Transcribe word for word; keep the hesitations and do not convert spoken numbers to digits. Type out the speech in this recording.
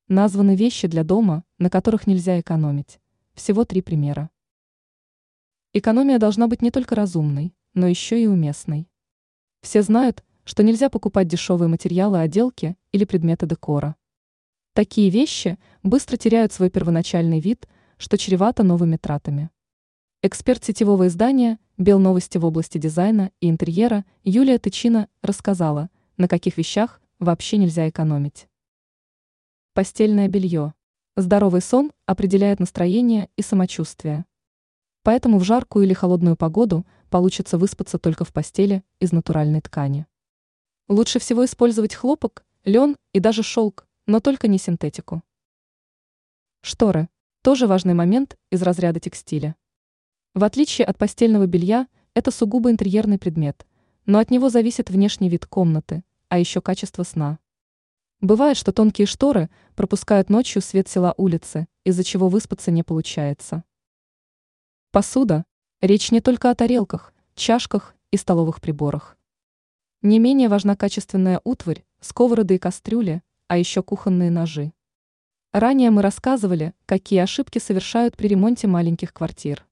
Названы вещи для дома, на которых нельзя экономить. Всего три примера. Экономия должна быть не только разумной, но еще и уместной. Все знают, что нельзя покупать дешевые материалы отделки или предметы декора. Такие вещи быстро теряют свой первоначальный вид, что чревато новыми тратами. Эксперт сетевого издания «Белновости» в области дизайна и интерьера Юлия Тычина рассказала, на каких вещах вообще нельзя экономить. Постельное белье. Здоровый сон определяет настроение и самочувствие. Поэтому в жаркую или холодную погоду получится выспаться только в постели из натуральной ткани. Лучше всего использовать хлопок, лен и даже шелк, но только не синтетику. Шторы. Тоже важный момент из разряда текстиля. В отличие от постельного белья, это сугубо интерьерный предмет, но от него зависит внешний вид комнаты, а еще качество сна. Бывает, что тонкие шторы пропускают ночью свет села улицы, из-за чего выспаться не получается. Посуда. Речь не только о тарелках, чашках и столовых приборах. Не менее важна качественная утварь, сковороды и кастрюли, а еще кухонные ножи. Ранее мы рассказывали, какие ошибки совершают при ремонте маленьких квартир.